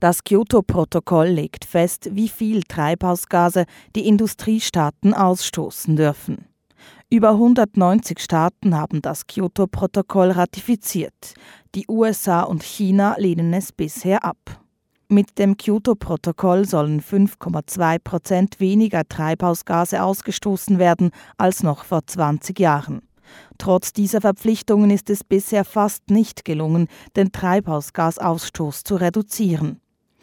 Das Kyoto-Protokoll legt fest, wie viel Treibhausgase die Industriestaaten ausstoßen dürfen. Über 190 Staaten haben das Kyoto-Protokoll ratifiziert. Die USA und China lehnen es bisher ab. Mit dem Kyoto-Protokoll sollen 5,2% weniger Treibhausgase ausgestoßen werden als noch vor 20 Jahren. Trotz dieser Verpflichtungen ist es bisher fast nicht gelungen, den Treibhausgasausstoß zu reduzieren.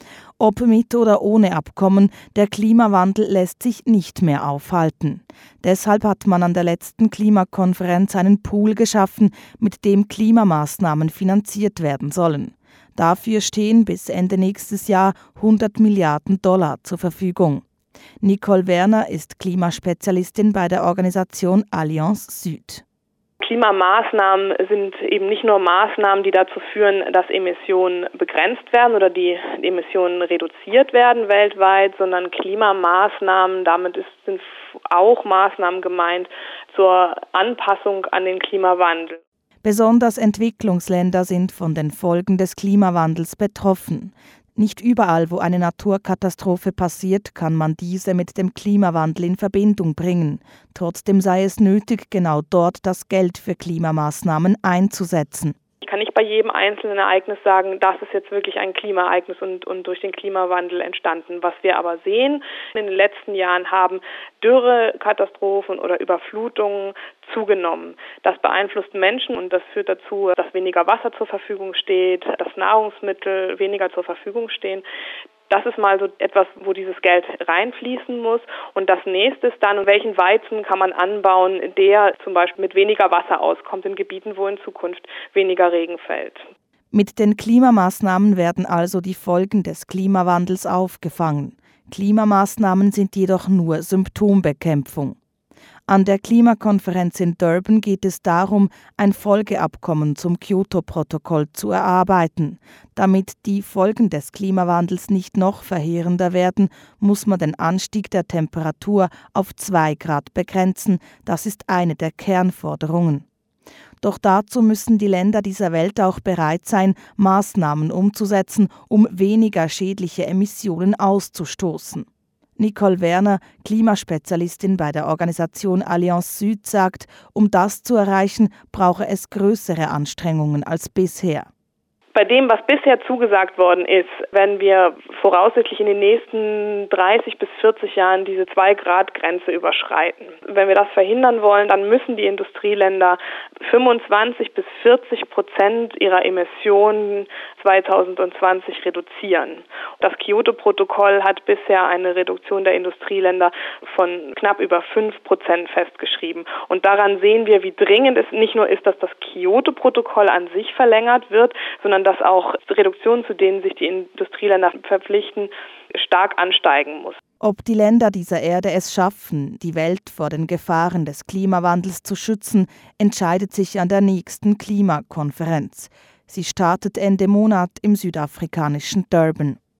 Ob mit oder ohne Abkommen, der Klimawandel lässt sich nicht mehr aufhalten. Deshalb hat man an der letzten Klimakonferenz einen Pool geschaffen, mit dem Klimamaßnahmen finanziert werden sollen. Dafür stehen bis Ende nächstes Jahr 100 Milliarden Dollar zur Verfügung. Nicole Werner ist Klimaspezialistin bei der Organisation Allianz Süd. Klimamaßnahmen sind eben nicht nur Maßnahmen, die dazu führen, dass Emissionen begrenzt werden oder die Emissionen reduziert werden weltweit, sondern Klimamaßnahmen, damit sind auch Maßnahmen gemeint zur Anpassung an den Klimawandel. Besonders Entwicklungsländer sind von den Folgen des Klimawandels betroffen. Nicht überall, wo eine Naturkatastrophe passiert, kann man diese mit dem Klimawandel in Verbindung bringen. Trotzdem sei es nötig, genau dort das Geld für Klimamaßnahmen einzusetzen. Ich kann nicht bei jedem einzelnen Ereignis sagen, das ist jetzt wirklich ein Klimaereignis und durch den Klimawandel entstanden. Was wir aber sehen, in den letzten Jahren haben Dürrekatastrophen oder Überflutungen zugenommen. Das beeinflusst Menschen und das führt dazu, dass weniger Wasser zur Verfügung steht, dass Nahrungsmittel weniger zur Verfügung stehen. Das ist mal so etwas, wo dieses Geld reinfließen muss. Und das nächste ist dann, welchen Weizen kann man anbauen, der zum Beispiel mit weniger Wasser auskommt in Gebieten, wo in Zukunft weniger Regen fällt. Mit den Klimamaßnahmen werden also die Folgen des Klimawandels aufgefangen. Klimamaßnahmen sind jedoch nur Symptombekämpfung. An der Klimakonferenz in Durban geht es darum, ein Folgeabkommen zum Kyoto-Protokoll zu erarbeiten. Damit die Folgen des Klimawandels nicht noch verheerender werden, muss man den Anstieg der Temperatur auf 2 Grad begrenzen. Das ist eine der Kernforderungen. Doch dazu müssen die Länder dieser Welt auch bereit sein, Maßnahmen umzusetzen, um weniger schädliche Emissionen auszustoßen. Nicole Werner, Klimaspezialistin bei der Organisation Allianz Süd, sagt, um das zu erreichen, brauche es größere Anstrengungen als bisher. Bei dem, was bisher zugesagt worden ist, wenn wir voraussichtlich in den nächsten 30 bis 40 Jahren diese 2-Grad-Grenze überschreiten. Wenn wir das verhindern wollen, dann müssen die Industrieländer 25 bis 40% ihrer Emissionen 2020 reduzieren. Das Kyoto-Protokoll hat bisher eine Reduktion der Industrieländer von knapp über 5% festgeschrieben. Und daran sehen wir, wie dringend es nicht nur ist, dass das Kyoto-Protokoll an sich verlängert wird, sondern dass auch Reduktionen, zu denen sich die Industrieländer verpflichten, stark ansteigen muss. Ob die Länder dieser Erde es schaffen, die Welt vor den Gefahren des Klimawandels zu schützen, entscheidet sich an der nächsten Klimakonferenz. Sie startet Ende Monat im südafrikanischen Durban.